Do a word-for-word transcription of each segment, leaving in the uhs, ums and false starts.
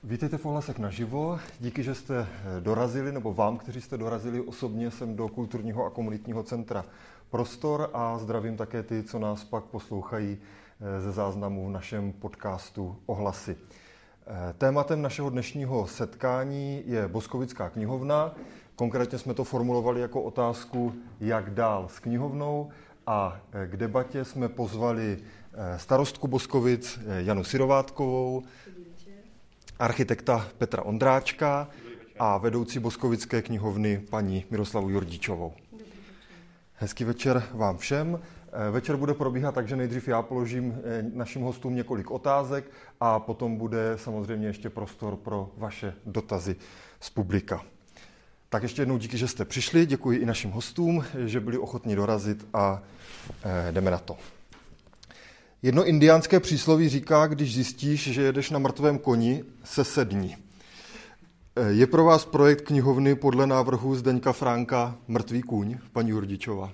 Vítejte v Ohlasech naživo. Díky, že jste dorazili, nebo vám, kteří jste dorazili osobně sem do kulturního a komunitního centra Prostor, a zdravím také ty, co nás pak poslouchají ze záznamu v našem podcastu Ohlasy. Tématem našeho dnešního setkání je Boskovická knihovna. Konkrétně jsme to formulovali jako otázku, jak dál s knihovnou, a k debatě jsme pozvali starostku Boskovic Janu Syrovátkovou, architekta Petra Ondráčka a vedoucí Boskovické knihovny paní Miroslavu Jurdičovou. Hezký večer vám všem. Večer bude probíhat tak, že nejdřív já položím našim hostům několik otázek a potom bude samozřejmě ještě prostor pro vaše dotazy z publika. Tak ještě jednou díky, že jste přišli, děkuji i našim hostům, že byli ochotni dorazit, a jdeme na to. Jedno indiánské přísloví říká, když zjistíš, že jedeš na mrtvém koni, sesedni. Je pro vás projekt knihovny podle návrhu Zdeňka Fránka mrtvý kůň, paní Jurdičová?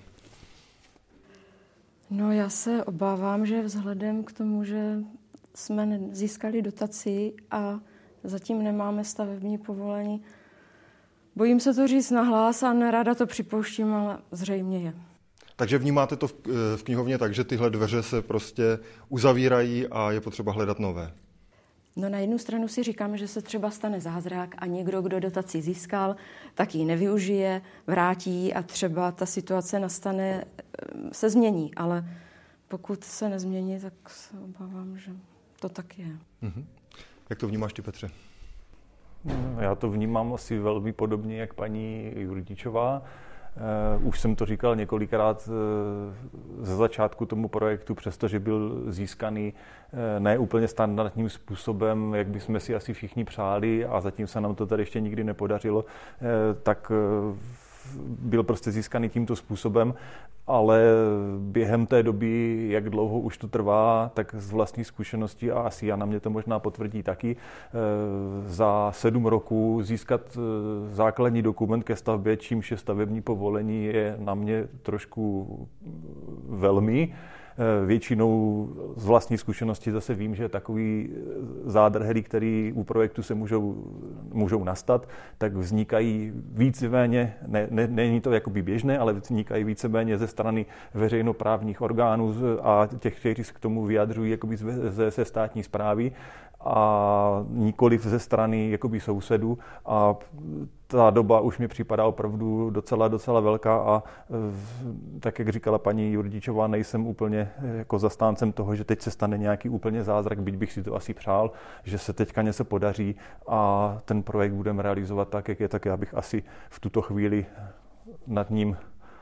No, já se obávám, že vzhledem k tomu, že jsme získali dotaci a zatím nemáme stavební povolení, bojím se to říct nahlas a nerada to připouštím, ale zřejmě je. Takže vnímáte to v knihovně tak, že tyhle dveře se prostě uzavírají a je potřeba hledat nové? No, na jednu stranu si říkám, že se třeba stane zázrak a někdo, kdo dotaci získal, tak ji nevyužije, vrátí a třeba ta situace nastane, se změní. Ale pokud se nezmění, tak se obávám, že to tak je. Mm-hmm. Jak to vnímáš ty, Petře? Já to vnímám asi velmi podobně, jak paní Jurdičová. Uh, už jsem to říkal několikrát uh, ze začátku tomu projektu, přestože byl získaný uh, ne úplně standardním způsobem, jak bychom si asi všichni přáli, a zatím se nám to tady ještě nikdy nepodařilo, uh, tak uh, byl prostě získaný tímto způsobem, ale během té doby, jak dlouho už to trvá, tak z vlastní zkušenosti, a asi Jana mě to možná potvrdí taky, za sedm roků získat základní dokument ke stavbě, čímž je stavební povolení, je na mě trošku velmi. Většinou z vlastní zkušenosti zase vím, že takový zádrhely, který u projektu se můžou, můžou nastat, tak vznikají víceméně, ne, ne, není to jakoby běžné, ale vznikají víceméně ze strany veřejnoprávních orgánů a těch, kteří se k tomu vyjadřují jakoby ze, ze státní správy, a nikoliv ze strany jakoby sousedů, a ta doba už mi připadá opravdu docela, docela velká, a tak, jak říkala paní Jurdičová, nejsem úplně jako zastáncem toho, že teď se stane nějaký úplně zázrak, byť bych si to asi přál, že se teďka něco podaří a ten projekt budeme realizovat tak, jak je, tak já bych asi v tuto chvíli nad ním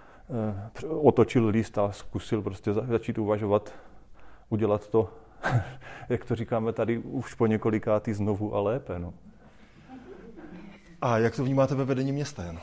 otočil list a zkusil prostě začít uvažovat, udělat to, jak to říkáme tady už po několikátý, znovu a lépe. No. A jak to vnímáte ve vedení města, Jan?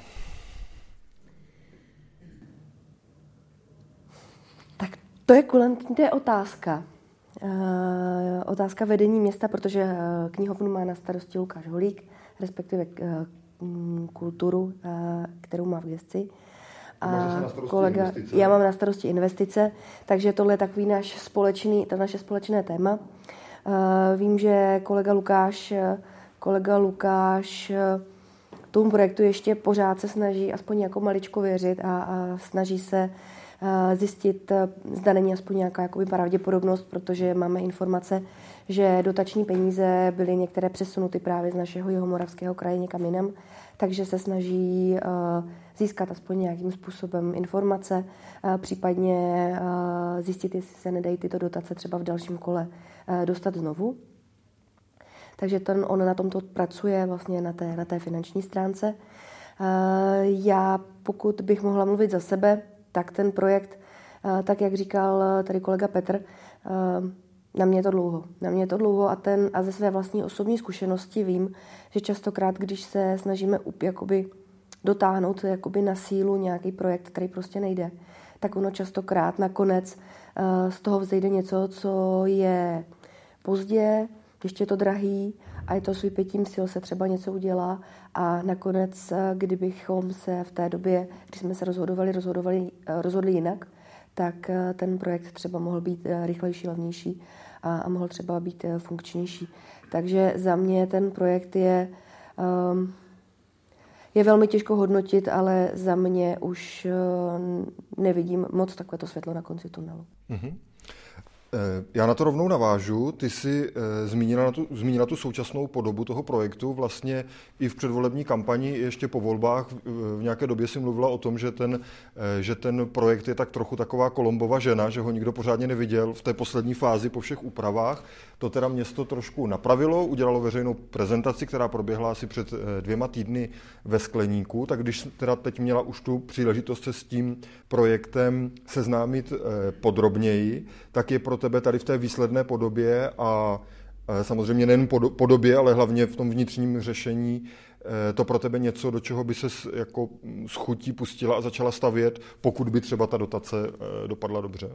Tak to je kulantní otázka. Uh, otázka vedení města, protože knihovnu má na starosti Lukáš Holík, respektive uh, kulturu, uh, kterou má v gesci. A kolega, já mám na starosti investice, takže tohle je takový náš společný, to naše společné téma. Uh, vím, že kolega Lukáš, kolega Lukáš tomu projektu ještě pořád se snaží aspoň jako maličko věřit a, a snaží se uh, zjistit, zda není aspoň nějaká jakoby pravděpodobnost, protože máme informace, že dotační peníze byly některé přesunuty právě z našeho Jihomoravského kraje někam jinam, takže se snaží uh, získat aspoň nějakým způsobem informace, uh, případně uh, zjistit, jestli se nedají tyto dotace třeba v dalším kole uh, dostat znovu. Takže ten, on na tomto pracuje vlastně na té, na té finanční stránce. Uh, já, pokud bych mohla mluvit za sebe, tak ten projekt, uh, tak jak říkal tady kolega Petr, uh, na mě je to dlouho. Na mě je to dlouho a, ten, a ze své vlastní osobní zkušenosti vím, že častokrát, když se snažíme jakoby dotáhnout jakoby na sílu nějaký projekt, který prostě nejde, tak ono častokrát nakonec uh, z toho vzejde něco, co je pozdě, ještě je to drahý a je to s vypětím sil se třeba něco udělá a nakonec, kdybychom se v té době, když jsme se rozhodovali, rozhodovali rozhodli jinak, tak ten projekt třeba mohl být rychlejší, levnější a, a mohl třeba být funkčnější. Takže za mě ten projekt je, um, je velmi těžko hodnotit, ale za mě už uh, nevidím moc takovéto světlo na konci tunelu. Mm-hmm. Já na to rovnou navážu. Ty jsi zmínila, na tu, zmínila tu současnou podobu toho projektu. Vlastně i v předvolební kampani, ještě po volbách v nějaké době si mluvila o tom, že ten, že ten projekt je tak trochu taková Kolombova žena, že ho nikdo pořádně neviděl v té poslední fázi po všech úpravách. To teda město trošku napravilo, udělalo veřejnou prezentaci, která proběhla asi před dvěma týdny ve Skleníku. Tak když teda teď měla už tu příležitost se s tím projektem seznámit podrobněji, tak je pro tebe tady v té výsledné podobě a samozřejmě nejen podobě, ale hlavně v tom vnitřním řešení to pro tebe něco, do čeho by ses jako s chutí pustila a začala stavět, pokud by třeba ta dotace dopadla dobře?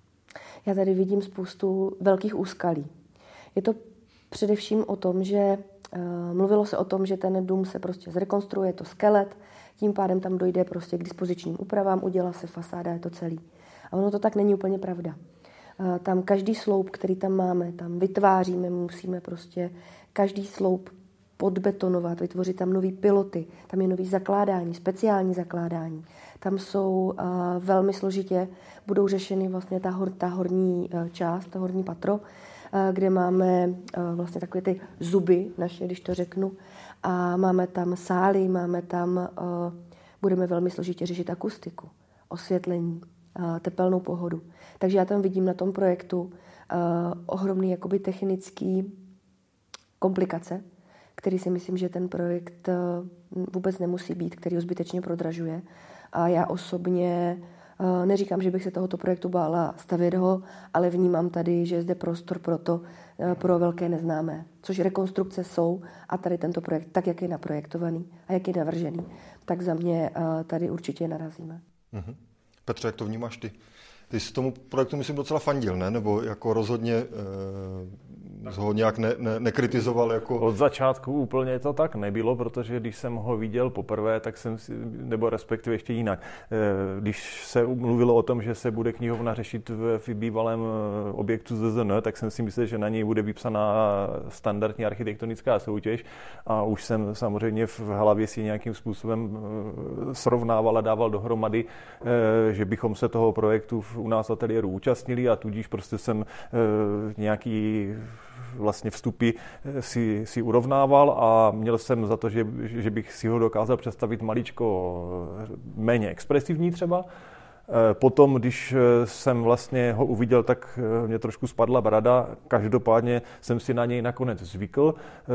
Já tady vidím spoustu velkých úskalí. Je to především o tom, že uh, mluvilo se o tom, že ten dům se prostě zrekonstruuje, je to skelet, tím pádem tam dojde prostě k dispozičním úpravám, udělá se fasáda, je to celý. A ono to tak není úplně pravda. Uh, tam každý sloup, který tam máme, tam vytváříme, musíme prostě každý sloup podbetonovat, vytvořit tam nový piloty, tam je nový zakládání, speciální zakládání. Tam jsou uh, velmi složitě, budou řešeny vlastně ta, hor, ta horní uh, část, ta horní patro, uh, kde máme uh, vlastně takové ty zuby naše, když to řeknu, a máme tam sály, máme tam, uh, budeme velmi složitě řešit akustiku, osvětlení, uh, tepelnou pohodu. Takže já tam vidím na tom projektu uh, ohromný jakoby technický komplikace, který si myslím, že ten projekt vůbec nemusí být, který ho zbytečně prodražuje. A já osobně neříkám, že bych se tohoto projektu bála stavět ho, ale vnímám tady, že je zde prostor pro to, pro velké neznámé. Což rekonstrukce jsou a tady tento projekt, tak jak je naprojektovaný a jak je navržený, tak za mě tady určitě narazíme. Mhm. Petře, jak to vnímáš ty? Ty jsi tomu projektu, myslím, docela fandil, ne? Nebo jako rozhodně eh, ho nějak ne, ne, nekritizoval? Jako... Od začátku úplně to tak nebylo, protože když jsem ho viděl poprvé, tak jsem si, nebo respektive ještě jinak, eh, když se mluvilo o tom, že se bude knihovna řešit v, v bývalém objektu Z Z N, tak jsem si myslel, že na něj bude vypsaná standardní architektonická soutěž a už jsem samozřejmě v hlavě si nějakým způsobem srovnával a dával dohromady, eh, že bychom se toho projektu v u nás v ateliéru účastnili a tudíž prostě jsem e, nějaký vlastně vstupy si, si urovnával a měl jsem za to, že, že bych si ho dokázal představit maličko méně expresivní třeba. Potom, když jsem vlastně ho uviděl, tak mě trošku spadla brada. Každopádně jsem si na něj nakonec zvykl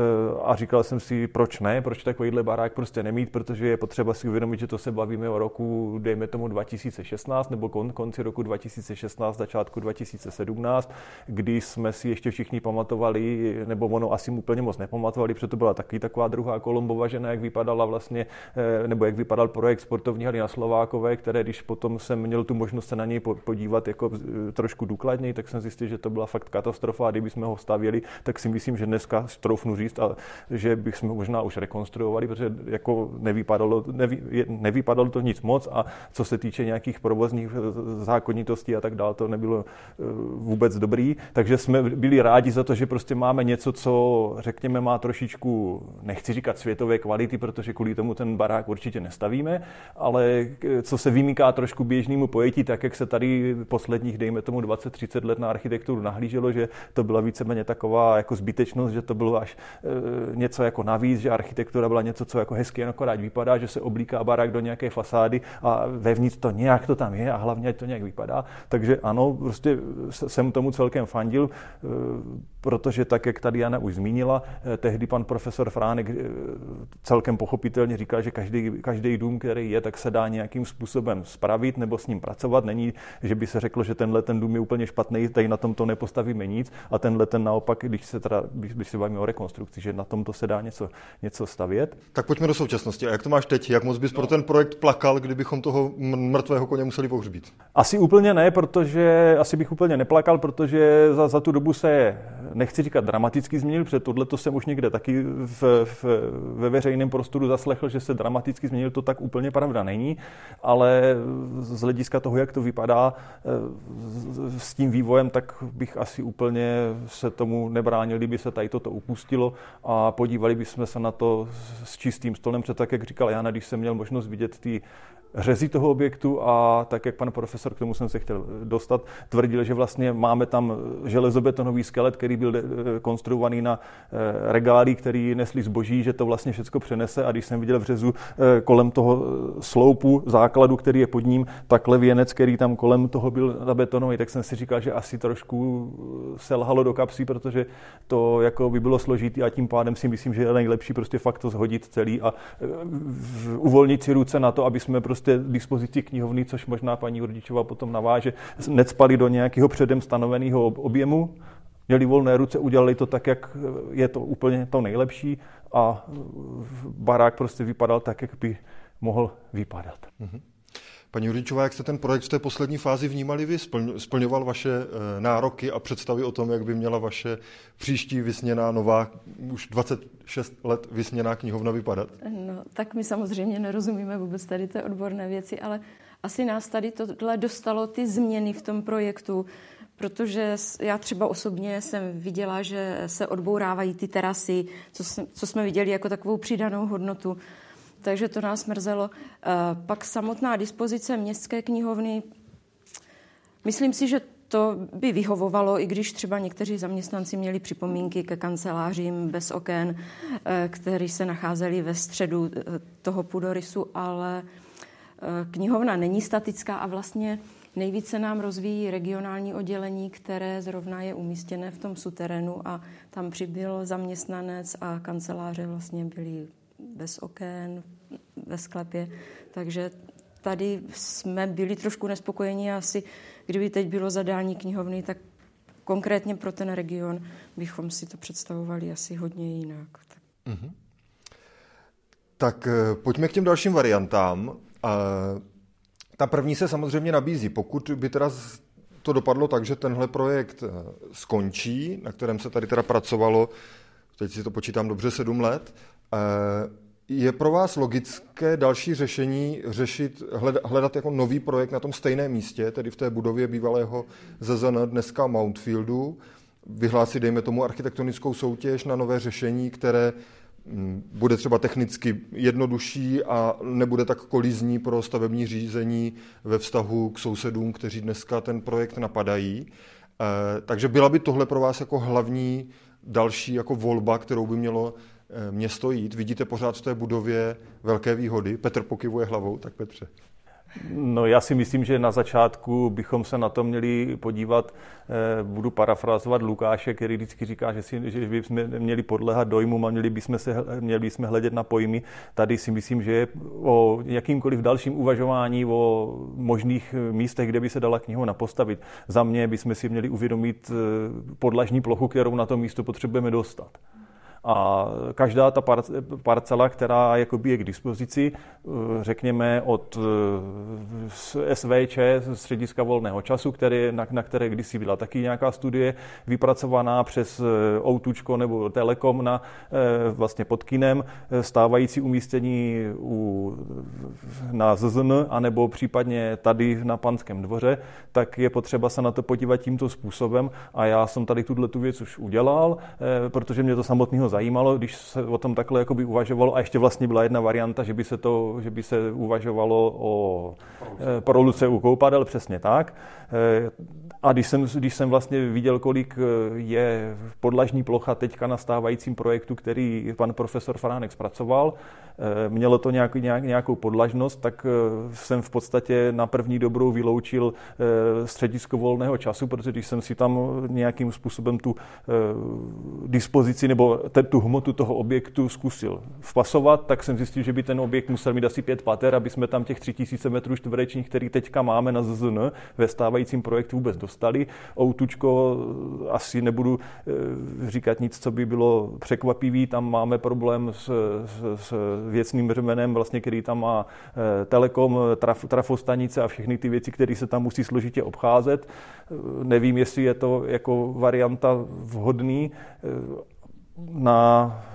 a říkal jsem si, proč ne, proč takovýhle barák prostě nemít, protože je potřeba si uvědomit, že to se bavíme o roku, dejme tomu dva tisíce šestnáct nebo kon, konci roku dva tisíce šestnáct, začátku dva tisíce sedmnáct, kdy jsme si ještě všichni pamatovali, nebo ono asi úplně moc nepamatovali, protože to byla taky taková druhá Kolombova žena, jak vypadala vlastně, nebo jak vypadal projekt sportovní haly na Slovákové, které když potom jsem měl tu možnost se na něj podívat jako trošku důkladněji, tak jsem zjistil, že to byla fakt katastrofa a kdybychom ho stavěli, tak si myslím, že dneska troufnu říct, a že bychom možná už rekonstruovali, protože jako nevypadalo, nevy, nevypadalo to nic moc a co se týče nějakých provozních zákonitostí a tak dále, to nebylo vůbec dobrý, takže jsme byli rádi za to, že prostě máme něco, co řekněme má trošičku, nechci říkat světové kvality, protože kvůli tomu ten barák určitě nestavíme, ale co se vymyká trošku běžnému pojetí, tak jak se tady posledních, dejme tomu dvacet třicet let na architekturu nahlíželo, že to byla víceméně taková jako zbytečnost, že to bylo až e, něco jako navíc, že architektura byla něco, co jako hezky jen akorát vypadá, že se oblíká barák do nějaké fasády a vevnitř to nějak to tam je a hlavně to nějak vypadá. Takže ano, prostě jsem tomu celkem fandil, e, protože tak, jak tady Jana už zmínila, e, tehdy pan profesor Fránek e, celkem pochopitelně říkal, že každý, každý dům, který je, tak se dá nějakým způsobem spravit nebo s ním pracovat. Není, že by se řeklo, že tenhle ten dům je úplně špatný, tady na tom to nepostavíme nic a tenhle ten naopak, když se teda, když se bavíme o rekonstrukci, že na tom to se dá něco, něco stavět. Tak pojďme do současnosti. A jak to máš teď? Jak moc bys no. pro ten projekt plakal, kdybychom toho mrtvého koně museli pohřbít? Asi úplně ne, protože asi bych úplně neplakal, protože za, za tu dobu se nechci říkat dramaticky změnil, protože tohleto jsem už někde taky v, v, ve veřejném prostoru zaslechl, že se dramaticky změnil, to tak úplně pravda není, ale z hlediska toho, jak to vypadá s tím vývojem, tak bych asi úplně se tomu nebránil, kdyby se tady toto upustilo a podívali bychom se na to s čistým stolem, protože tak, jak říkal Jana, když jsem měl možnost vidět ty řezy toho objektu a tak, jak pan profesor, k tomu jsem se chtěl dostat, tvrdil, že vlastně máme tam železobetonový skelet, který byl konstruovaný na regály, který nesli zboží, že to vlastně všechno přenese a když jsem viděl v řezu kolem toho sloupu základu, který je pod ním, takhle věnec, který tam kolem toho byl zabetonový, tak jsem si říkal, že asi trošku selhalo do kapsy, protože to jako by bylo složitý a tím pádem si myslím, že je nejlepší prostě fakt to zhodit celý a uvolnit si ruce na to, aby jsme prostě dispozici knihovny, což možná paní Jurdičová potom naváže, necpali do nějakého předem stanoveného objemu, měli volné ruce, udělali to tak, jak je to úplně to nejlepší a barák prostě vypadal tak, jak by mohl vypadat. Mm-hmm. Paní Jurdičová, jak jste ten projekt v té poslední fázi vnímali vy? Splňoval vaše nároky a představy o tom, jak by měla vaše příští vysněná nová, už dvacet šest let vysněná knihovna vypadat? No, tak my samozřejmě nerozumíme vůbec tady té odborné věci, ale asi nás tady tohle dostalo ty změny v tom projektu, protože já třeba osobně jsem viděla, že se odbourávají ty terasy, co, jsme, co jsme viděli jako takovou přidanou hodnotu. Takže to nás mrzelo. Pak samotná dispozice městské knihovny, myslím si, že to by vyhovovalo, i když třeba někteří zaměstnanci měli připomínky ke kancelářím bez oken, které se nacházely ve středu toho půdorysu, ale knihovna není statická a vlastně nejvíce nám rozvíjí regionální oddělení, které zrovna je umístěné v tom suterénu a tam přibyl zaměstnanec a kanceláře vlastně byly bez oken, ve sklepě. Takže tady jsme byli trošku nespokojeni a asi, kdyby teď bylo zadání knihovny, tak konkrétně pro ten region bychom si to představovali asi hodně jinak. Mm-hmm. Tak pojďme k těm dalším variantám. Ta první se samozřejmě nabízí. Pokud by teda to dopadlo tak, že tenhle projekt skončí, na kterém se tady teda pracovalo, teď si to počítám dobře, sedm let, je pro vás logické další řešení řešit, hledat jako nový projekt na tom stejném místě, tedy v té budově bývalého Z Z N, dneska Mountfieldu, vyhlásit, dejme tomu, architektonickou soutěž na nové řešení, které bude třeba technicky jednodušší a nebude tak kolizní pro stavební řízení ve vztahu k sousedům, kteří dneska ten projekt napadají. Takže byla by tohle pro vás jako hlavní další jako volba, kterou by mělo město jít? Vidíte pořád v té budově velké výhody? Petr pokyvuje hlavou, tak Petře. No já si myslím, že na začátku bychom se na to měli podívat, budu parafrázovat Lukáše, který vždycky říká, že, si, že bychom měli podléhat dojmům a měli bychom, se, měli bychom hledět na pojmy. Tady si myslím, že je o jakýmkoliv dalším uvažování o možných místech, kde by se dala knihovna postavit. Za mě bychom si měli uvědomit podlažní plochu, kterou na to místo potřebujeme dostat. A každá ta parcela, která jakoby je k dispozici, řekněme od S V Č, střediska volného času, které, na, na které kdysi byla taky nějaká studie vypracovaná přes Outučko nebo Telekom na, vlastně pod kinem, stávající umístění u, na Z Z N, anebo případně tady na Panském dvoře, tak je potřeba se na to podívat tímto způsobem. A já jsem tady tuto věc už udělal, protože mě to samotného zajímalo, když se o tom takhle jakoby uvažovalo, a ještě vlastně byla jedna varianta, že by se to, že by se uvažovalo o proluce u koupadel, přesně tak. A když jsem, když jsem vlastně viděl, kolik je podlažní plocha teďka na stávajícím projektu, který pan profesor Fránek zpracoval, mělo to nějak, nějak, nějakou podlažnost, tak jsem v podstatě na první dobrou vyloučil středisko volného času, protože když jsem si tam nějakým způsobem tu dispozici nebo te, tu hmotu toho objektu zkusil vpasovat, tak jsem zjistil, že by ten objekt musel mít asi pět pater, aby jsme tam těch tři tisíce metrů čtverečních, který teďka máme na Z Z N, ve stávajícím projektu vůbec dostali. Outučko, asi nebudu říkat nic, co by bylo překvapivý, tam máme problém s, s, s věcným břemenem, vlastně, který tam má telekom, traf, trafostanice a všechny ty věci, které se tam musí složitě obcházet. Nevím, jestli je to jako varianta vhodný na,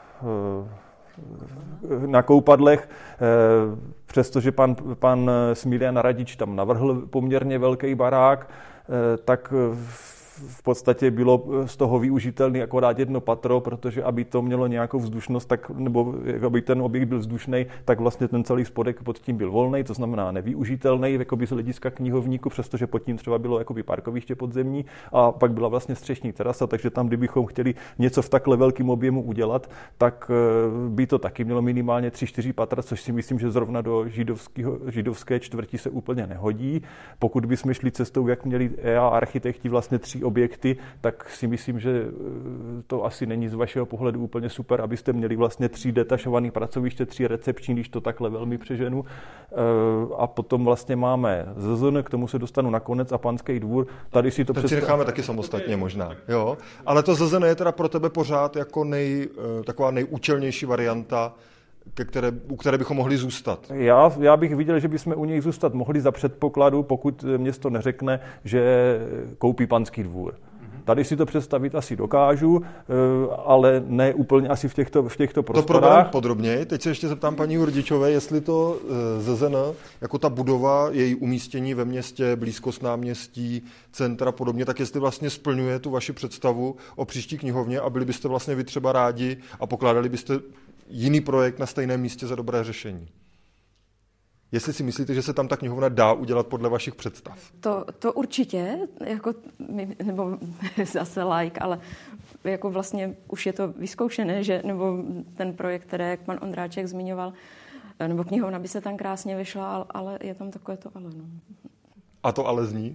na koupadlech, přestože pan, pan Smilian Radič tam navrhl poměrně velký barák, tak v podstatě bylo z toho využitelný akorát jedno patro, protože aby to mělo nějakou vzdušnost, tak, nebo aby ten objekt byl vzdušný, tak vlastně ten celý spodek pod tím byl volný, to znamená nevyužitelný jakoby z hlediska knihovníku, přestože pod tím třeba bylo jakoby parkoviště podzemní a pak byla vlastně střešní terasa, takže tam, kdybychom chtěli něco v takhle velkém objemu udělat, tak by to taky mělo minimálně tři čtyři patra, což si myslím, že zrovna do židovské čtvrti se úplně nehodí. Pokud bychom šli cestou, jak měli E A architekti vlastně tři objekty, tak si myslím, že to asi není z vašeho pohledu úplně super, abyste měli vlastně tři detašované pracoviště, tři recepční, když to takhle velmi přeženu. A potom vlastně máme Z Z N, k tomu se dostanu nakonec, a Panský dvůr. Tady si to představ... si necháme taky samostatně možná. Jo? Ale to Z Z N je teda pro tebe pořád jako nej, taková nejúčelnější varianta, ke které, u které bychom mohli zůstat. Já, já bych viděl, že bychom u něj zůstat mohli za předpokladu, pokud město neřekne, že koupí Panský dvůr. Tady si to představit asi dokážu, ale ne úplně asi v těchto, v těchto prostorách. To probereme podrobněji. Teď se ještě zeptám paní Jurdičové, jestli to Z Z N, jako ta budova, její umístění ve městě, blízkost náměstí, centra a podobně, tak jestli vlastně splňuje tu vaši představu o příští knihovně a byli byste vlastně vy třeba rádi a pokládali byste jiný projekt na stejném místě za dobré řešení. Jestli si myslíte, že se tam ta knihovna dá udělat podle vašich představ? To, to určitě, jako, nebo zase like, ale jako vlastně už je to vyzkoušené, že, nebo ten projekt, který, jak pan Ondráček zmiňoval, nebo knihovna by se tam krásně vyšla, ale, ale je tam takové to ale. No. A to ale zní?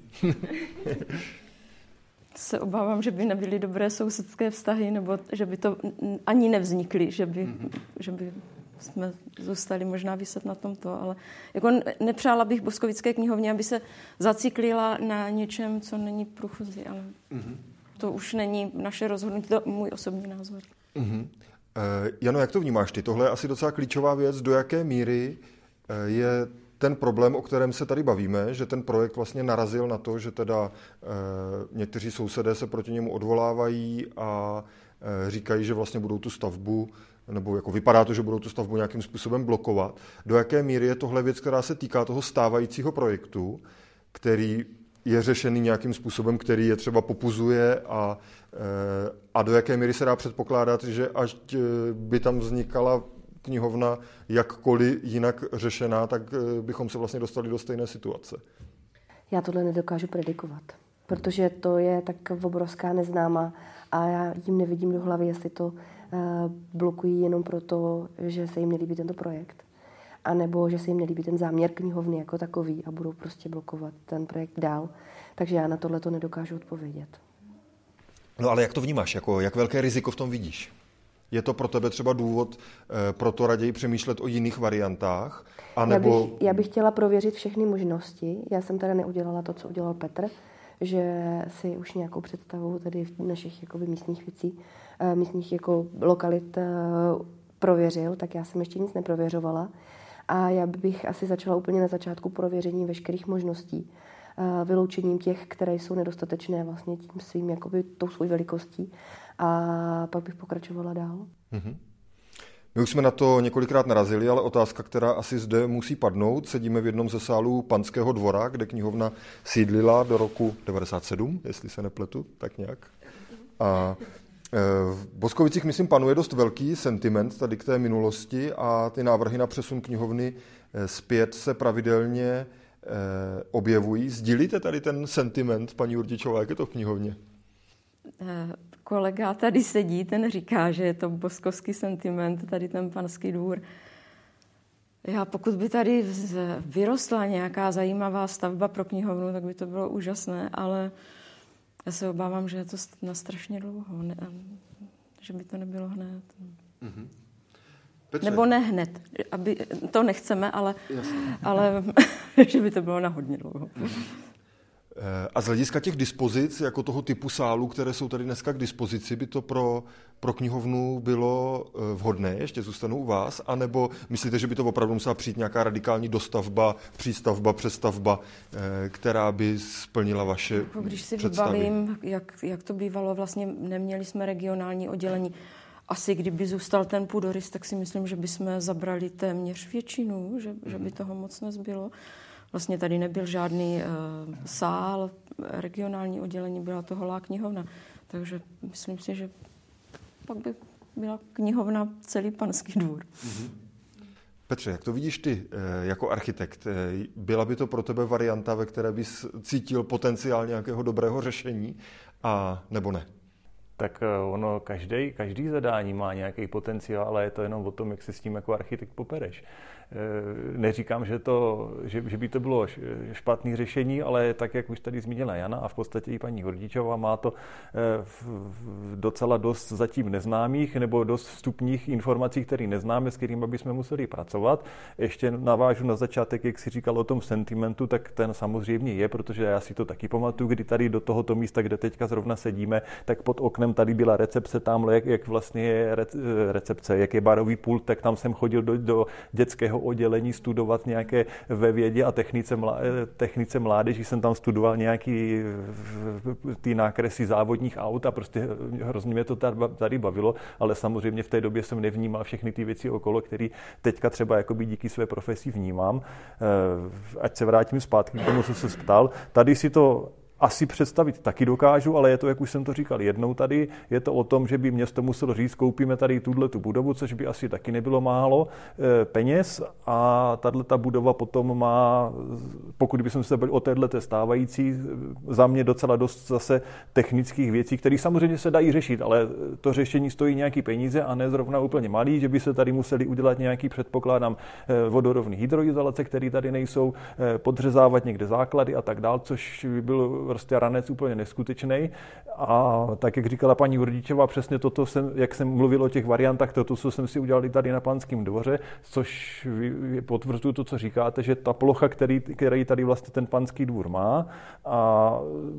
Se obávám, že by nebyly dobré sousedské vztahy, nebo že by to ani nevznikly, že by, mm-hmm. že by jsme zůstali možná vyset na tomto, ale jako nepřála bych Boskovické knihovně, aby se zaciklila na něčem, co není průchozí, ale mm-hmm. to už není naše rozhodnutí, to je můj osobní názor. Mm-hmm. Uh, Jano, jak to vnímáš ty? Tohle je asi docela klíčová věc, do jaké míry uh, je ten problém, o kterém se tady bavíme, že ten projekt vlastně narazil na to, že teda e, někteří sousedé se proti němu odvolávají a e, říkají, že vlastně budou tu stavbu, nebo jako vypadá to, že budou tu stavbu nějakým způsobem blokovat. Do jaké míry je tohle věc, která se týká toho stávajícího projektu, který je řešený nějakým způsobem, který je třeba popuzuje a, e, a do jaké míry se dá předpokládat, že až by tam vznikala knihovna jakkoliv jinak řešená, tak bychom se vlastně dostali do stejné situace. Já tohle nedokážu predikovat, protože to je tak obrovská neznámá a já jim nevidím do hlavy, jestli to uh, blokují jenom proto, že se jim nelíbí tento projekt, anebo že se jim nelíbí ten záměr knihovny jako takový a budou prostě blokovat ten projekt dál. Takže já na tohle to nedokážu odpovědět. No ale jak to vnímáš? Jako, jak velké riziko v tom vidíš? Je to pro tebe třeba důvod e, pro to raději přemýšlet o jiných variantách? A nebo... já, bych, já bych chtěla prověřit všechny možnosti. Já jsem teda neudělala to, co udělal Petr, že si už nějakou představu tady našich jakoby, místních věcí, e, místních jako lokalit e, prověřil, tak já jsem ještě nic neprověřovala. A já bych asi začala úplně na začátku prověření veškerých možností. E, vyloučením těch, které jsou nedostatečné vlastně tím svým, jakoby, tou svou velikostí. A pak bych pokračovala dál. Mm-hmm. My už jsme na to několikrát narazili, ale otázka, která asi zde musí padnout. Sedíme v jednom ze sálů Panského dvora, kde knihovna sídlila do roku devadesát sedm, jestli se nepletu, tak nějak. A v Boskovicích, myslím, panuje dost velký sentiment tady k té minulosti a ty návrhy na přesun knihovny zpět se pravidelně objevují. Sdílíte tady ten sentiment, paní Jurdičová, jak je to v knihovně? Kolega tady sedí, ten říká, že je to boskovský sentiment, tady ten Panský dvůr. Já pokud by tady vyrostla nějaká zajímavá stavba pro knihovnu, tak by to bylo úžasné, ale já se obávám, že je to na strašně dlouho. Ne, že by to nebylo hned. Mm-hmm. Nebo ne hned, aby, to nechceme, ale, ale že by to bylo na hodně dlouho. A z hlediska těch dispozic, jako toho typu sálů, které jsou tady dneska k dispozici, by to pro, pro knihovnu bylo vhodné, ještě zůstanou u vás? A nebo myslíte, že by to opravdu musela přijít nějaká radikální dostavba, přístavba, přestavba, která by splnila vaše jako když si představy? vybavím, jak, jak to bývalo, vlastně neměli jsme regionální oddělení. Asi kdyby zůstal ten půdorys, tak si myslím, že bychom zabrali téměř většinu, že, že by toho moc nezbylo. Vlastně tady nebyl žádný uh, sál, regionální oddělení, byla to holá knihovna. Takže myslím si, že pak by byla knihovna celý Panský dvůr. Mm-hmm. Petře, jak to vidíš ty jako architekt? Byla by to pro tebe varianta, ve které bys cítil potenciál nějakého dobrého řešení, a nebo ne? Tak ono, každý, každý zadání má nějaký potenciál, ale je to jenom o tom, jak se s tím jako architekt popereš. Neříkám, že, to, že, že by to bylo špatné řešení, ale tak, jak už tady zmínila Jana a v podstatě i paní Hordíčová, má to docela dost zatím neznámých nebo dost vstupních informací, které neznáme, s kterými bychom museli pracovat. Ještě navážu na začátek, jak si říkal o tom sentimentu, tak ten samozřejmě je, protože já si to taky pamatuju, kdy tady do tohoto místa, kde teďka zrovna sedíme, tak pod oknem tady byla recepce, tamhle, jak, jak vlastně je recepce, jak je barový pult, tak tam jsem chodil do, do dětského oddělení studovat nějaké ve vědě a technice, mlá, technice mládeží. Jsem tam studoval nějaký ty nákresy závodních aut a prostě hrozně mě to tady bavilo, ale samozřejmě v té době jsem nevnímal všechny ty věci okolo, které teďka třeba jakoby díky své profesi vnímám. Ať se vrátím zpátky k tomu, co se ptal. Tady si to asi představit taky dokážu, ale je to, jak už jsem to říkal jednou tady, je to o tom, že by město muselo říct, koupíme tady tuhle tu budovu, což by asi taky nebylo málo e, peněz a tato budova potom má, pokud bychom se bavili o této stávající, za mě docela dost zase technických věcí, které samozřejmě se dají řešit, ale to řešení stojí nějaký peníze a ne zrovna úplně malý, že by se tady museli udělat nějaký, předpokládám, vodorovný hydroizolace, které tady nejsou, podřezávat někde základy a tak dál, což by bylo prostě ranec úplně neskutečný. A tak, jak říkala paní Hordíčová, přesně toto, jsem, jak jsem mluvil o těch variantách, toto, co jsem si udělal tady na Panském dvoře, což potvrzuju to, co říkáte, že ta plocha, který, který tady vlastně ten Panský dvůr má, a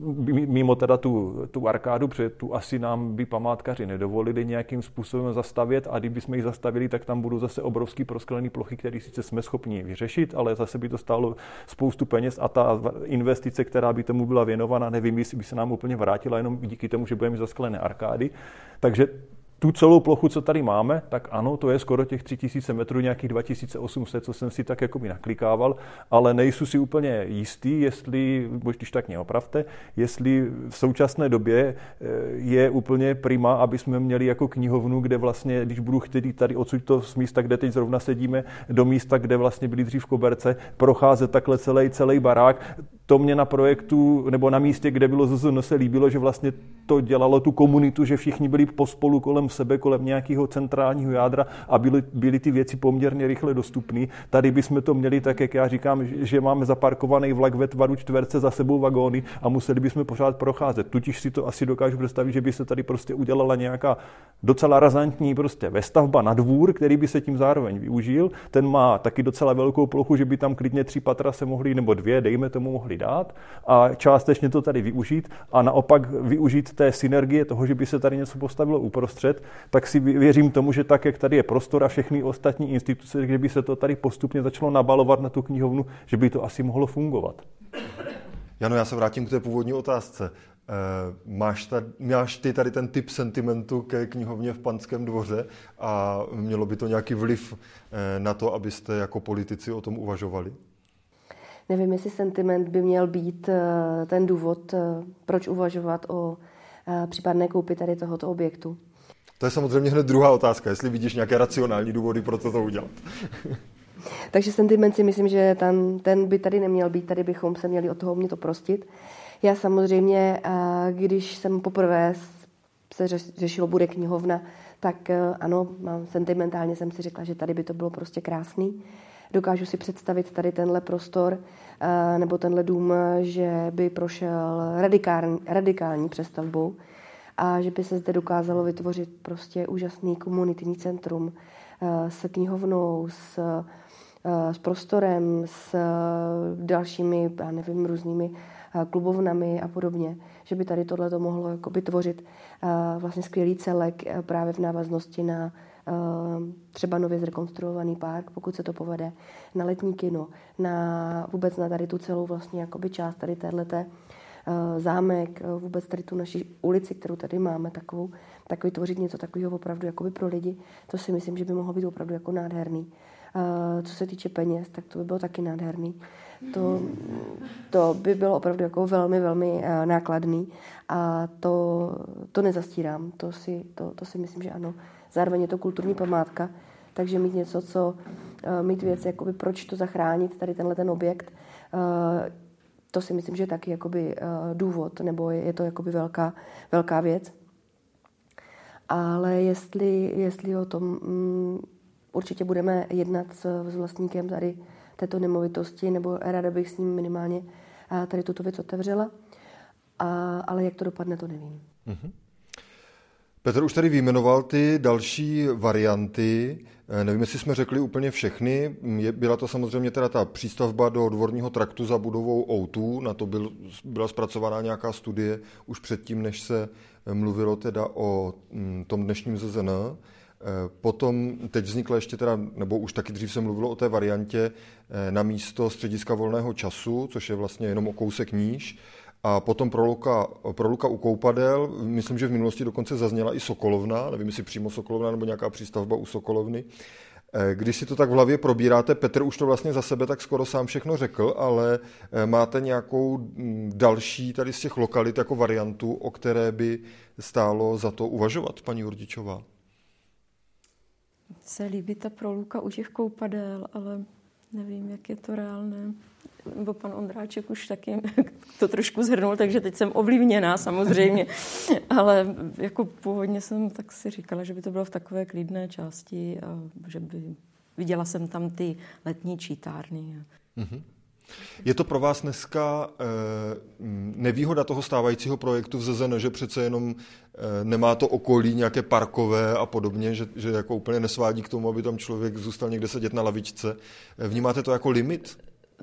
mimo teda tu, tu arkádu, protože tu asi nám by památkaři nedovolili nějakým způsobem zastavět, a kdyby jsme ji zastavili, tak tam budou zase obrovský prosklený plochy, které sice jsme schopni vyřešit, ale zase by to stálo spoustu peněz a ta investice, která by tomu byla věnovaná, nevím, jestli by se nám úplně vrátila jenom díky tomu, že budeme mít zasklené arkády. Takže tu celou plochu, co tady máme, tak ano, to je skoro těch tři tisíce metrů, nějakých dva tisíce osm set, co jsem si tak jakoby naklikával, ale nejsou si úplně jistý, jestli, když tak mě opravte, jestli v současné době je úplně prima, aby jsme měli jako knihovnu, kde vlastně, když budu chtít tady odsud to z místa, kde teď zrovna sedíme, do místa, kde vlastně byly dřív koberce, procházet takhle celý, celý barák. To mě na projektu, nebo na místě, kde bylo Z Z N, se líbilo, že vlastně to dělalo tu komunitu, že všichni byli pospolu kolem sebe, kolem nějakého centrálního jádra a byly, byly ty věci poměrně rychle dostupné. Tady bychom to měli tak, jak já říkám, že máme zaparkovaný vlak ve tvaru čtverce, za sebou vagóny a museli bychom pořád procházet. Tudíž si to asi dokážu představit, že by se tady prostě udělala nějaká docela razantní prostě vestavba na dvůr, který by se tím zároveň využil. Ten má taky docela velkou plochu, že by tam klidně tři patra se mohly, nebo dvě, dejme tomu, mohli dát a částečně to tady využít a naopak využít té synergie toho, že by se tady něco postavilo uprostřed, tak si věřím tomu, že tak, jak tady je prostor a všechny ostatní instituce, že by se to tady postupně začalo nabalovat na tu knihovnu, že by to asi mohlo fungovat. Jano, já se vrátím k té původní otázce. Máš, tady, máš ty tady ten typ sentimentu ke knihovně v Panském dvoře a mělo by to nějaký vliv na to, abyste jako politici o tom uvažovali? Nevím, jestli sentiment by měl být ten důvod, proč uvažovat o případné koupi tady tohoto objektu. To je samozřejmě hned druhá otázka, jestli vidíš nějaké racionální důvody, pro to to udělat. Takže sentiment si myslím, že ten, ten by tady neměl být, tady bychom se měli od toho umět oprostit. Já samozřejmě, když jsem poprvé se řešilo, bude knihovna, tak ano, sentimentálně jsem si řekla, že tady by to bylo prostě krásný. Dokážu si představit tady tenhle prostor nebo tenhle dům, že by prošel radikální, radikální přestavbou. a že by se zde dokázalo vytvořit prostě úžasný komunitní centrum s knihovnou, s, s prostorem, s dalšími, já nevím, různými klubovnami a podobně, že by tady tohle to mohlo jakoby tvořit vlastně skvělý celek právě v návaznosti na třeba nově zrekonstruovaný park, pokud se to povede, na letní kino, na vůbec na tady tu celou vlastně jakoby část tady téhleté zámek, vůbec tady tu naši ulici, kterou tady máme, takovou, takový tvořit něco takového opravdu jakoby pro lidi, to si myslím, že by mohlo být opravdu jako nádherný. Co se týče peněz, tak to by bylo taky nádherný. To, to by bylo opravdu jako velmi, velmi nákladný a to, to nezastírám, to si, to, to si myslím, že ano. Zároveň je to kulturní památka, takže mít něco, co, mít věc, jakoby proč to zachránit, tady tenhle ten objekt, to si myslím, že je taky jakoby důvod, nebo je to jakoby velká, velká věc. Ale jestli, jestli o tom um, určitě budeme jednat s, s vlastníkem tady této nemovitosti, nebo ráda bych s ním minimálně tady tuto věc otevřela, a, ale jak to dopadne, to nevím. Mm-hmm. Petr už tady vyjmenoval ty další varianty. Nevím, jestli jsme řekli úplně všechny. Byla to samozřejmě teda ta přístavba do dvorního traktu za budovou O dva. Na to byl, byla zpracovaná nějaká studie už předtím, než se mluvilo teda o tom dnešním Z Z N. Potom teď vznikla ještě teda, nebo už taky dřív se mluvilo o té variantě na místo střediska volného času, což je vlastně jenom o kousek níž. A potom pro Luka, pro Luka u Koupadel, myslím, že v minulosti dokonce zazněla i Sokolovna, nevím, jestli přímo Sokolovna nebo nějaká přístavba u Sokolovny. Když si to tak v hlavě probíráte, Petr už to vlastně za sebe tak skoro sám všechno řekl, ale máte nějakou další tady z těch lokalit jako variantu, o které by stálo za to uvažovat, paní Jurdičová? Se líbí ta proluka u těch Koupadel, ale nevím, jak je to reálné. Nebo pan Ondráček už taky to trošku zhrnul, takže teď jsem ovlivněná samozřejmě. Ale jako původně jsem tak si říkala, že by to bylo v takové klidné části a že by viděla jsem tam ty letní čítárny. Mm-hmm. Je to pro vás dneska e, nevýhoda toho stávajícího projektu v Z Z N, že přece jenom e, nemá to okolí nějaké parkové a podobně, že, že jako úplně nesvádí k tomu, aby tam člověk zůstal někde sedět na lavičce. Vnímáte to jako limit?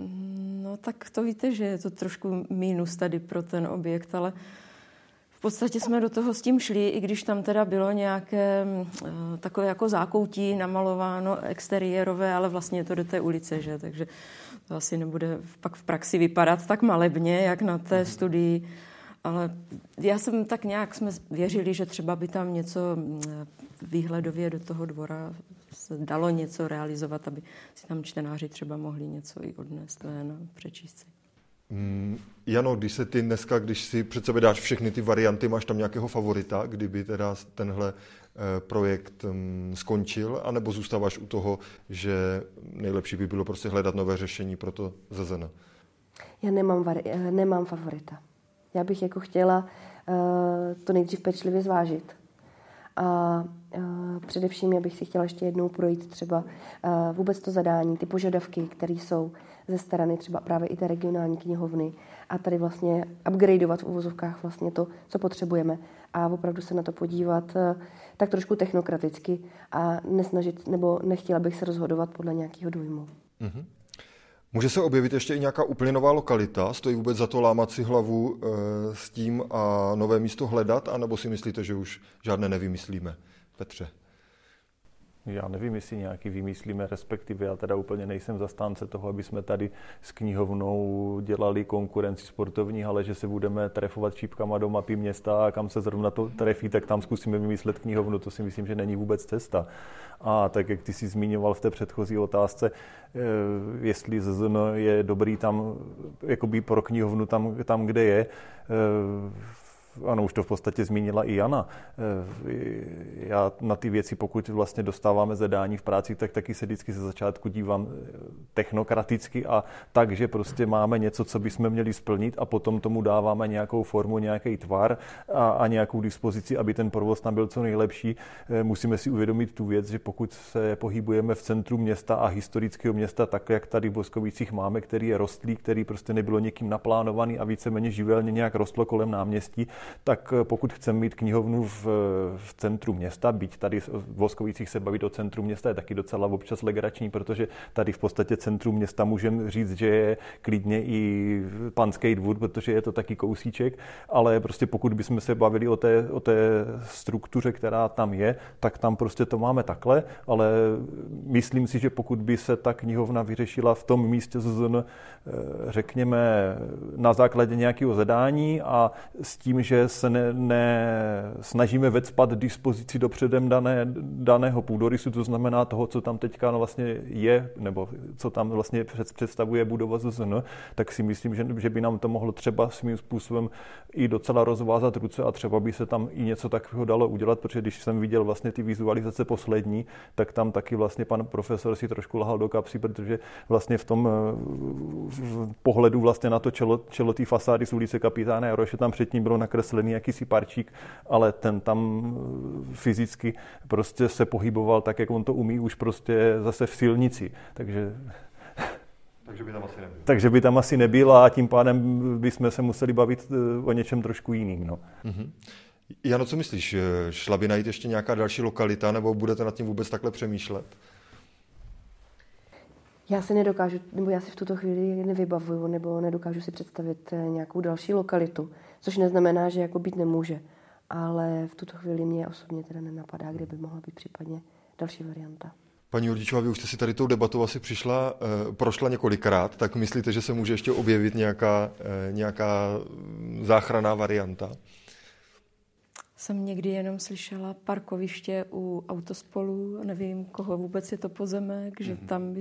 No tak to víte, že je to trošku mínus tady pro ten objekt, ale v podstatě jsme do toho s tím šli, i když tam teda bylo nějaké uh, takové jako zákoutí namalováno exteriérové, ale vlastně je to do té ulice, že? Takže to asi nebude pak v praxi vypadat tak malebně, jak na té studii. Ale já jsem tak nějak, jsme věřili, že třeba by tam něco výhledově do toho dvora se dalo něco realizovat, aby si tam čtenáři třeba mohli něco i odnést ven a přečíst si. Mm, Jano, když se ty dneska, když si před sebe dáš všechny ty varianty, máš tam nějakého favorita, kdyby teda tenhle eh, projekt mm, skončil, anebo zůstáváš u toho, že nejlepší by bylo prostě hledat nové řešení pro to Z Z N? Já nemám, vari- nemám favorita. Já bych jako chtěla uh, to nejdřív pečlivě zvážit. A uh, především já bych si chtěla ještě jednou projít třeba uh, vůbec to zadání, ty požadavky, které jsou ze strany třeba právě i té regionální knihovny a tady vlastně upgradeovat v uvozovkách vlastně to, co potřebujeme a opravdu se na to podívat uh, tak trošku technokraticky a nesnažit, nebo nechtěla bych se rozhodovat podle nějakého dojmu. Mm-hmm. Může se objevit ještě i nějaká úplně nová lokalita? Stojí vůbec za to lámat si hlavu e, s tím a nové místo hledat? A nebo si myslíte, že už žádné nevymyslíme? Petře? Já nevím, jestli nějaký vymyslíme, respektive já teda úplně nejsem zastánce toho, aby jsme tady s knihovnou dělali konkurenci sportovní, ale že se budeme trefovat šípkama do mapy města a kam se zrovna to trefí, tak tam zkusíme vymyslet knihovnu. To si myslím, že není vůbec cesta. A tak, jak ty jsi zmiňoval v té předchozí otázce, jestli Z Z N je dobrý tam, jakoby pro knihovnu tam, tam kde je, ano, už to v podstatě zmínila i Jana. Já na ty věci, pokud vlastně dostáváme zadání v práci, tak taky se vždycky ze začátku dívám technokraticky a tak, že prostě máme něco, co bychom měli splnit a potom tomu dáváme nějakou formu, nějaký tvar a, a nějakou dispozici, aby ten provoz tam byl co nejlepší. Musíme si uvědomit tu věc, že pokud se pohybujeme v centru města a historického města, tak jak tady v Boskovicích máme, který je rostlý, který prostě nebylo někým naplánovaný a víceméně živelně nějak rostlo kolem náměstí, tak pokud chceme mít knihovnu v, v centru města, byť tady v Boskovicích se bavit o centru města, je taky docela občas legrační, protože tady v podstatě centru města můžeme říct, že je klidně i Panský dvůr, protože je to taky kousíček, ale prostě pokud bychom se bavili o té, o té struktuře, která tam je, tak tam prostě to máme takhle, ale myslím si, že pokud by se ta knihovna vyřešila v tom místě Z Z N, řekněme, na základě nějakého zadání a s tím, že se ne, ne snažíme vecpat dispozici do předem dané, daného půdorysu, to znamená toho, co tam teďka vlastně je, nebo co tam vlastně představuje budova Z Z N, tak si myslím, že, že by nám to mohlo třeba svým způsobem i docela rozvázat ruce a třeba by se tam i něco takového dalo udělat, protože když jsem viděl vlastně ty vizualizace poslední, tak tam taky vlastně pan profesor si trošku lahal do kapsy, protože vlastně v tom v pohledu vlastně na to čelo, čelo té fasády z ulice Kapitána Jaroše tam předtím bylo nakreslený jakýsi parčík, ale ten tam fyzicky prostě se pohyboval tak, jak on to umí už prostě zase v silnici. Takže Takže by tam asi nebyl. Takže by tam asi nebyl a tím pádem bychom se museli bavit o něčem trošku jiným. No. Mm-hmm. Jano, co myslíš? Šla by najít ještě nějaká další lokalita, nebo budete nad tím vůbec takhle přemýšlet? Já si nedokážu, nebo já si v tuto chvíli nevybavuju, nebo nedokážu si představit nějakou další lokalitu, což neznamená, že jako být nemůže. Ale v tuto chvíli mě osobně teda nenapadá, kde by mohla být případně další varianta. Paní Jurdičová, vy už jste si tady tou debatou asi přišla, e, prošla několikrát, tak myslíte, že se může ještě objevit nějaká, e, nějaká záchranná varianta? Jsem někdy jenom slyšela parkoviště u autospolu, nevím, koho vůbec je to pozemek, že mm-hmm. tam by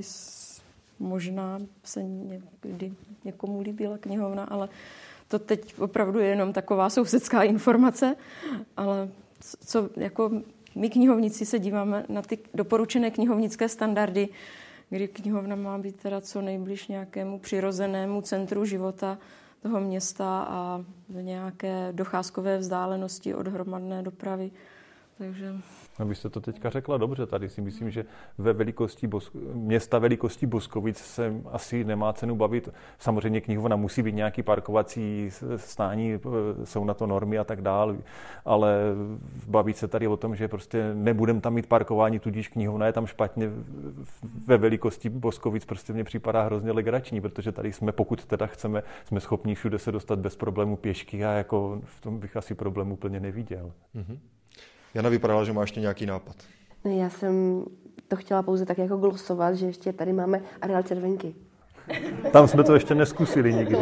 možná se někdy někomu líbila knihovna, ale to teď opravdu je jenom taková sousedská informace, ale co jako my knihovníci se díváme na ty doporučené knihovnické standardy, kdy knihovna má být teda co nejblíž nějakému přirozenému centru života toho města a v nějaké docházkové vzdálenosti od hromadné dopravy. Takže... Abyste to teďka řekla dobře, tady si myslím, že ve velikosti Bosko... města velikosti Boskovic se asi nemá cenu bavit. Samozřejmě knihovna musí být nějaký parkovací stání, jsou na to normy a tak dále, ale bavit se tady o tom, že prostě nebudeme tam mít parkování, tudíž knihovna je tam špatně ve velikosti Boskovic, prostě mně připadá hrozně legrační, protože tady jsme, pokud teda chceme, jsme schopni všude se dostat bez problému pěšky a jako v tom bych asi problém úplně neviděl. Mm-hmm. Jana vypadala, že má ještě nějaký nápad. Ne, já jsem to chtěla pouze tak jako glosovat, že ještě tady máme areál Červenky. Tam jsme to ještě neskusili nikdy.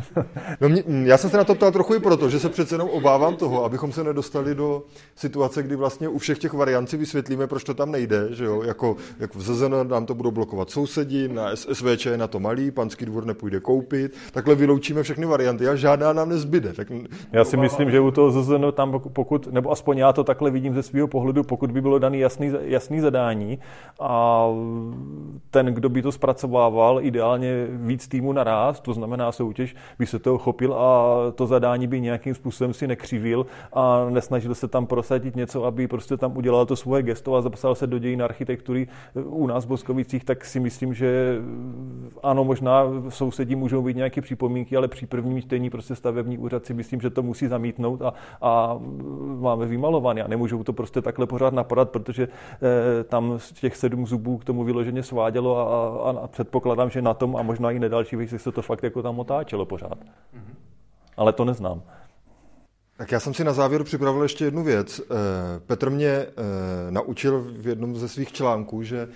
No mě, já jsem se na to ptal trochu i proto, že se přece jenom obávám toho, abychom se nedostali do situace, kdy vlastně u všech těch variant si vysvětlíme, proč to tam nejde, že jo, jako, jako v Z Z N nám to budou blokovat sousedi, na S V Č je na to malý, Panský dvůr nepůjde koupit, takhle vyloučíme všechny varianty a žádná nám nezbyde. Tak já si myslím, že u toho Z Z N tam pokud, nebo aspoň já to takhle vidím ze svého pohledu, pokud by bylo daný jasný, jasný zadání a ten, kdo by to zpracovával, ideálně víc týmů naráz, to znamená soutěž, by se toho chopil a to zadání by nějakým způsobem si nekřivil a nesnažil se tam prosadit něco, aby prostě tam udělal to svoje gesto a zapsal se do dějin architektury u nás v Boskovicích, tak si myslím, že ano, možná sousedí můžou být nějaké připomínky, ale při prvním čtení prostě stavební úřad si myslím, že to musí zamítnout a, a máme vymalované a nemůžou to prostě takhle pořád napadat, protože eh, tam z těch sedm zubů k tomu vyloženě svádělo a, a, a předpokládám, že na tom a možná i nedalší věci se to fakt jako tam otáčelo pořád. Mm-hmm. Ale to neznám. Tak já jsem si na závěr připravil ještě jednu věc. Petr mě naučil v jednom ze svých článků, že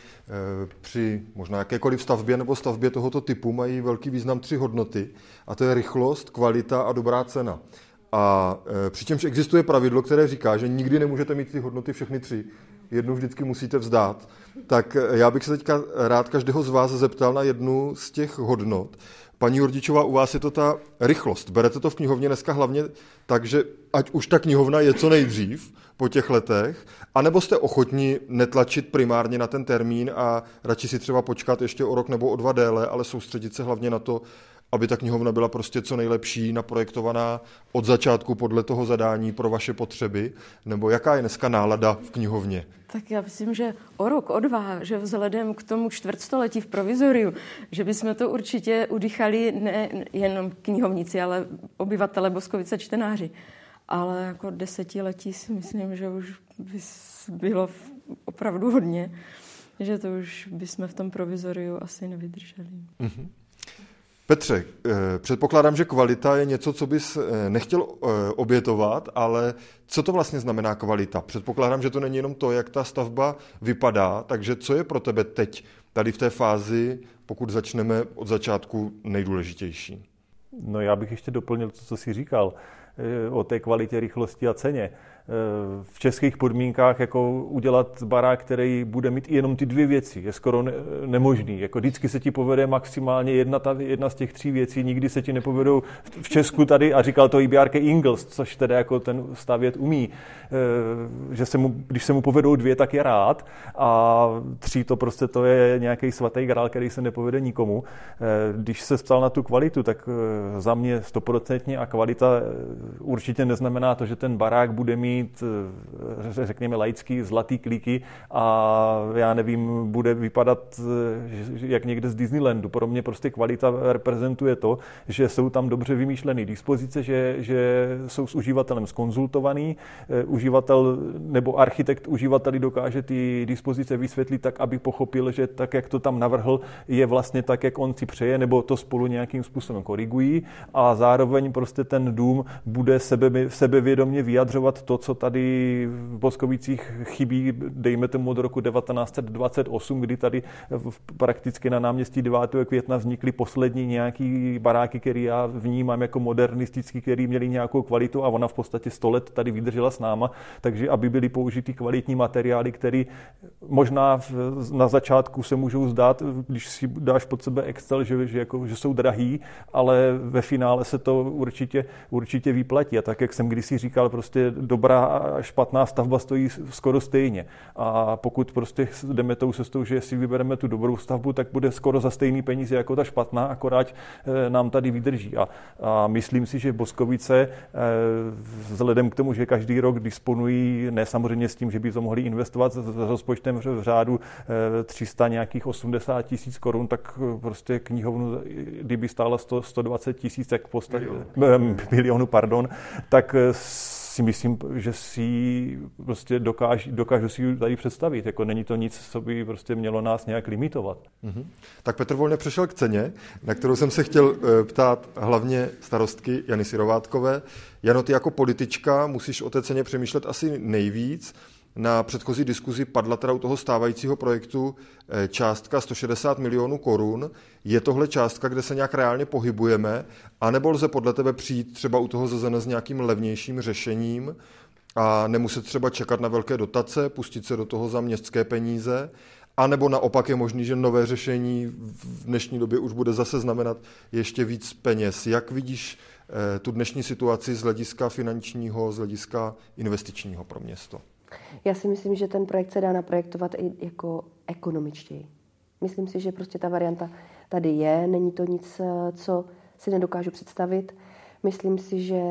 při možná jakékoliv stavbě nebo stavbě tohoto typu mají velký význam tři hodnoty, a to je rychlost, kvalita a dobrá cena. A přičemž existuje pravidlo, které říká, že nikdy nemůžete mít ty hodnoty všechny tři. Jednu vždycky musíte vzdát. Tak já bych se teďka rád každého z vás zeptal na jednu z těch hodnot. Paní Jurdičová, u vás je to ta rychlost. Berete to v knihovně dneska hlavně tak, že ať už ta knihovna je co nejdřív po těch letech, anebo jste ochotní netlačit primárně na ten termín a radši si třeba počkat ještě o rok nebo o dva déle, ale soustředit se hlavně na to, aby ta knihovna byla prostě co nejlepší, naprojektovaná od začátku podle toho zadání pro vaše potřeby? Nebo jaká je dneska nálada v knihovně? Tak já myslím, že o rok, o dva, že vzhledem k tomu čtvrtstoletí v provizoriu, že bychom to určitě udýchali ne jenom knihovníci, ale obyvatele Boskovice čtenáři. ale jako desetiletí si myslím, že už by bylo opravdu hodně, že to už bychom v tom provizoriu asi nevydrželi. Mm-hmm. Petře, předpokládám, že kvalita je něco, co bys nechtěl obětovat, ale co to vlastně znamená kvalita? Předpokládám, že to není jenom to, jak ta stavba vypadá, takže co je pro tebe teď, tady v té fázi, pokud začneme od začátku, nejdůležitější? No já bych ještě doplnil to, co jsi říkal o té kvalitě, rychlosti a ceně. V českých podmínkách jako udělat barák, který bude mít jenom ty dvě věci, je skoro ne- nemožný. Jako vždycky se ti povede maximálně jedna, ta, jedna z těch tří věcí, nikdy se ti nepovedou v Česku tady, a říkal to i Bjarke Ingels, což teda jako ten stavět umí, že se mu, když se mu povedou dvě, tak je rád, a tři to prostě to je nějaký svatý grál, který se nepovede nikomu. Když se ptal na tu kvalitu, tak za mě stoprocentně, a kvalita určitě neznamená to, že ten barák bude mít mít, řekněme, laický zlatý klíky a já nevím, bude vypadat jak někde z Disneylandu. Pro mě prostě kvalita reprezentuje to, že jsou tam dobře vymýšlené dispozice, že, že jsou s uživatelem zkonzultovaný, uživatel nebo architekt uživateli dokáže ty dispozice vysvětlit tak, aby pochopil, že tak, jak to tam navrhl, je vlastně tak, jak on si přeje, nebo to spolu nějakým způsobem korigují, a zároveň prostě ten dům bude sebe, sebevědomě vyjadřovat to, co tady v Boskovicích chybí, dejme tomu od roku devatenáct set dvacet osm, kdy tady prakticky na náměstí devátého května vznikly poslední nějaký baráky, který já vnímám jako modernistický, který měli nějakou kvalitu, a ona v podstatě sto let tady vydržela s náma, takže aby byly použity kvalitní materiály, které možná na začátku se můžou zdát, když si dáš pod sebe Excel, že, že, jako, že jsou drahý, ale ve finále se to určitě, určitě vyplatí. A tak, jak jsem kdysi říkal, prostě dobrá a špatná stavba stojí skoro stejně. A pokud prostě jdeme tou cestou, že si vybereme tu dobrou stavbu, tak bude skoro za stejný peníze jako ta špatná, akorát nám tady vydrží. A, a myslím si, že Boskovice, vzhledem k tomu, že každý rok disponují, ne samozřejmě s tím, že by to mohli investovat s rozpočtem v řádu tři sta nějakých osmdesát tisíc korun, tak prostě knihovnu, kdyby stála sto, sto dvacet tisíc, jak postavit, milionu, pardon, tak si myslím, že si prostě dokážu, dokážu si ji tady představit. Jako není to nic, co by prostě mělo nás nějak limitovat. Mm-hmm. Tak Petr Volně přešel k ceně, na kterou jsem se chtěl ptát hlavně starostky Jany Sirovátkové. Jano, ty jako politička musíš o té ceně přemýšlet asi nejvíc. Na předchozí diskuzi padla teda u toho stávajícího projektu částka sto šedesát milionů korun. Je tohle částka, kde se nějak reálně pohybujeme, anebo lze podle tebe přijít třeba u toho Z Z N s nějakým levnějším řešením a nemuset třeba čekat na velké dotace, pustit se do toho za městské peníze, anebo naopak je možný, že nové řešení v dnešní době už bude zase znamenat ještě víc peněz. Jak vidíš tu dnešní situaci z hlediska finančního, z hlediska investičního pro město? Já si myslím, že ten projekt se dá naprojektovat i jako ekonomičtěji. Myslím si, že prostě ta varianta tady je, není to nic, co si nedokážu představit. Myslím si, že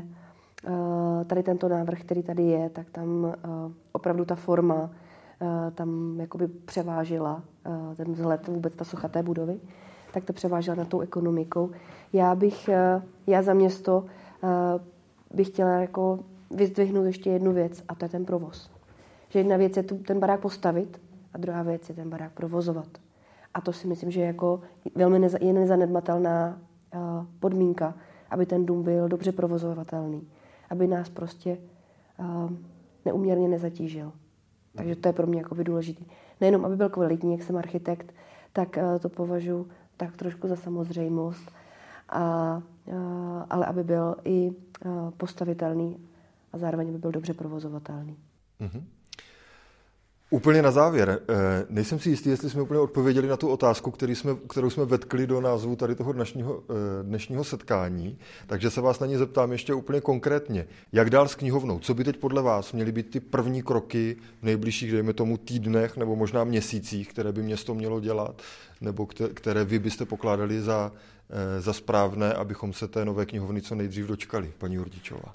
tady tento návrh, který tady je, tak tam opravdu ta forma tam jakoby převážila, ten vzhled, vůbec ta socha té budovy, tak to převážila nad tou ekonomikou. Já bych, já za město bych chtěla jako vyzdvihnout ještě jednu věc, a to je ten provoz. Že jedna věc je tu, ten barák postavit a druhá věc je ten barák provozovat. A to si myslím, že jako velmi neza, je nezanedbatelná uh, podmínka, aby ten dům byl dobře provozovatelný. Aby nás prostě uh, neuměrně nezatížil. Takže to je pro mě jakoby důležitý. Nejenom, aby byl kvalitní, jak jsem architekt, tak uh, to považuji tak trošku za samozřejmost, a, uh, ale aby byl i uh, postavitelný a zároveň by byl dobře provozovatelný. Mm-hmm. Úplně na závěr. Nejsem si jistý, jestli jsme úplně odpověděli na tu otázku, který jsme, kterou jsme vetkli do názvu tady toho dnešního, dnešního setkání, takže se vás na ní zeptám ještě úplně konkrétně. Jak dál s knihovnou? Co by teď podle vás měly být ty první kroky v nejbližších, dejme tomu, týdnech nebo možná měsících, které by město mělo dělat, nebo které vy byste pokládali za, za správné, abychom se té nové knihovny co nejdřív dočkali, paní Jurdičová?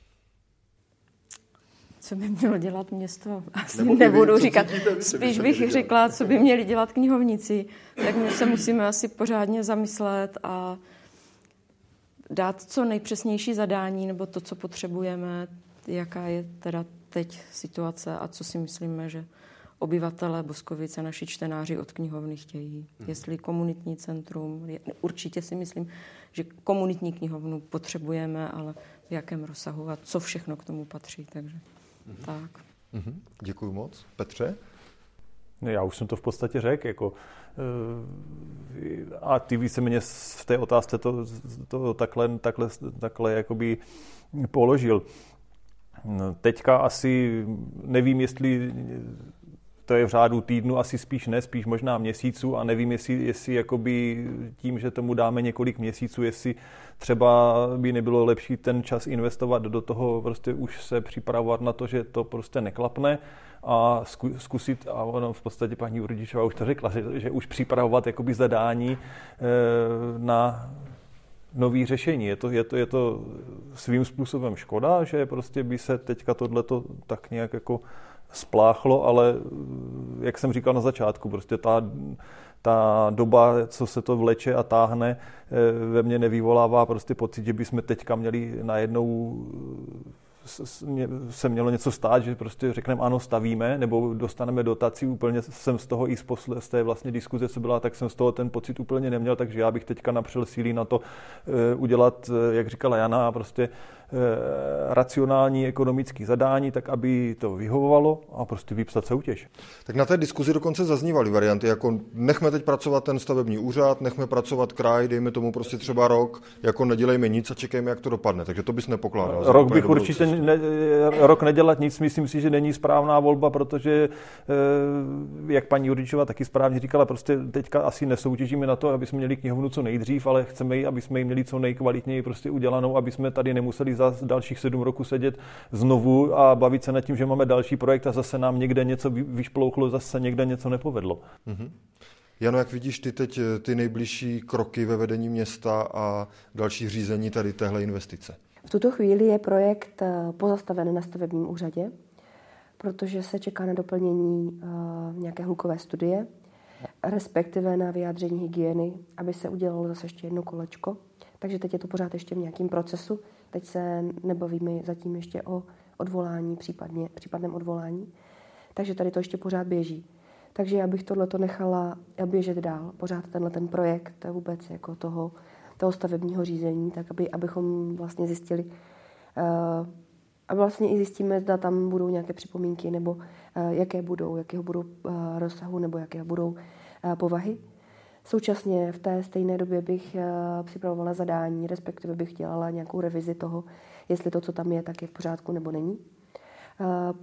Co by mělo dělat město? Asi Nebo nebudu vy, říkat. Cítíte, spíš bych dělat. řekla, co by měli dělat knihovníci. Tak my se musíme asi pořádně zamyslet a dát co nejpřesnější zadání nebo to, co potřebujeme, jaká je teda teď situace a co si myslíme, že obyvatelé Boskovice, naši čtenáři od knihovny chtějí. Hmm. Jestli komunitní centrum, určitě si myslím, že komunitní knihovnu potřebujeme, ale v jakém rozsahu a co všechno k tomu patří. Takže hmm. tak. Hmm. Děkuju moc. Petře? Já už jsem to v podstatě řekl, jako, a ty víceméně v té otázce to, to takhle, takhle, takhle jakoby položil. Teďka asi nevím, jestli to je v řádu týdnu, asi spíš ne, spíš možná měsíců a nevím, jestli, jestli jakoby tím, že tomu dáme několik měsíců, jestli třeba by nebylo lepší ten čas investovat do toho, prostě už se připravovat na to, že to prostě neklapne a zkusit, a ono v podstatě paní Jurdičová už to řekla, že, že už připravovat jakoby zadání e, na nový řešení. Je to, je, to, je to svým způsobem škoda, že prostě by se teďka tohleto tak nějak jako spláchlo, ale jak jsem říkal na začátku, prostě ta, ta doba, co se to vleče a táhne, ve mně nevyvolává prostě pocit, že bychom teďka měli najednou se mělo něco stát, že prostě řekneme ano, stavíme, nebo dostaneme dotaci, úplně jsem z toho i z, posle, z té vlastně diskuze, co byla, tak jsem z toho ten pocit úplně neměl, takže já bych teďka napřel síly na to e, udělat, jak říkala Jana, prostě e, racionální ekonomické zadání, tak aby to vyhovovalo a prostě vypsat soutěž. Tak na té diskuzi dokonce zaznívaly varianty, jako nechme teď pracovat ten stavební úřad, nechme pracovat kraj, dejme tomu prostě třeba rok, jako nedělejme nic a čekejme, jak to dopadne. Takže to bys nepokládal. Rok bych určitě ne, rok nedělat nic, myslím si, že není správná volba, protože, jak paní Jurdičová taky správně říkala, prostě teďka asi nesoutěžíme na to, aby jsme měli knihovnu co nejdřív, ale chceme ji, aby jsme ji měli co nejkvalitněji prostě udělanou, aby jsme tady nemuseli za dalších sedm roků sedět znovu a bavit se nad tím, že máme další projekt a zase nám někde něco vyšplouchlo, zase někde něco nepovedlo. Mm-hmm. Jano, jak vidíš ty teď ty nejbližší kroky ve vedení města a další řízení tady téhle investice? V tuto chvíli je projekt pozastaven na stavebním úřadě, protože se čeká na doplnění nějaké hlukové studie, respektive na vyjádření hygieny, aby se udělalo zase ještě jedno kolečko. Takže teď je to pořád ještě v nějakém procesu. Teď se nebavíme zatím ještě o odvolání, případně, případném odvolání. Takže tady to ještě pořád běží. Takže já bych tohleto nechala běžet dál. Pořád tenhle ten projekt vůbec jako toho, toho stavebního řízení, tak aby, abychom vlastně zjistili, uh, a vlastně i zjistíme, zda tam budou nějaké připomínky, nebo uh, jaké budou, jakého budou uh, rozsahu, nebo jaké budou uh, povahy. Současně v té stejné době bych uh, připravovala zadání, respektive bych dělala nějakou revizi toho, jestli to, co tam je, tak je v pořádku nebo není. Uh,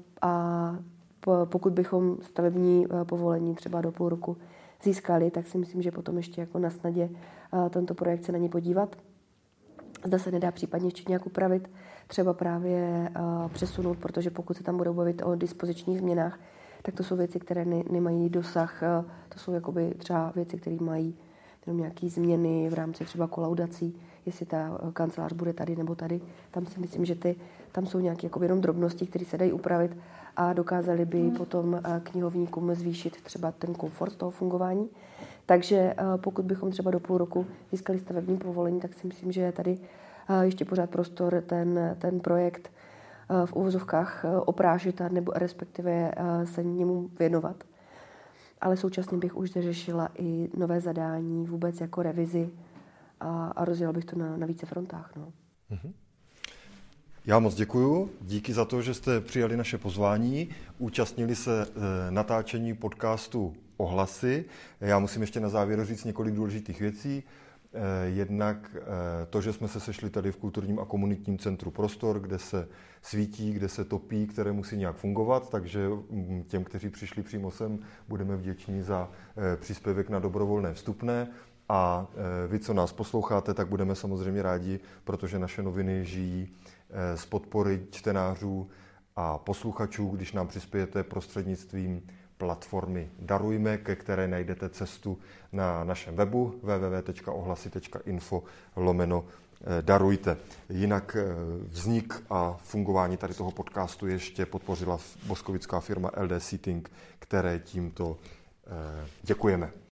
a pokud bychom stavební povolení třeba do půl roku získali, tak si myslím, že potom ještě jako na snadě tento projekt se na ně podívat. Zda se nedá případně ještě nějak upravit, třeba právě přesunout, protože pokud se tam budou bavit o dispozičních změnách, tak to jsou věci, které ne, nemají dosah, to jsou jakoby třeba věci, které mají jenom nějaké změny v rámci třeba kolaudací, jestli ta kancelář bude tady nebo tady. Tam si myslím, že ty, tam jsou nějaké jakoby jenom drobnosti, které se dají upravit a dokázali by potom knihovníkům zvýšit třeba ten komfort toho fungování. Takže pokud bychom třeba do půl roku získali stavební povolení, tak si myslím, že je tady ještě pořád prostor ten, ten projekt v uvozovkách oprášit nebo respektive se němu věnovat. Ale současně bych už řešila i nové zadání, vůbec jako revizi a, a rozjela bych to na, na více frontách. No. Mm-hmm. Já moc děkuju. Díky za to, že jste přijali naše pozvání, účastnili se e, natáčení podcastu Ohlasy. Já musím ještě na závěr říct několik důležitých věcí. E, jednak e, to, že jsme se sešli tady v Kulturním a komunitním centru Prostor, kde se svítí, kde se topí, které musí nějak fungovat, takže těm, kteří přišli přímo sem, budeme vděční za e, příspěvek na dobrovolné vstupné. A e, vy, co nás posloucháte, tak budeme samozřejmě rádi, protože naše noviny žijí e, z podpory čtenářů a posluchačů, když nám přispějete prostřednictvím platformy Darujme, ke které najdete cestu na našem webu w w w tečka ohlasy tečka info lomeno darujte. Jinak vznik a fungování tady toho podcastu ještě podpořila boskovická firma L D Seating, které tímto děkujeme.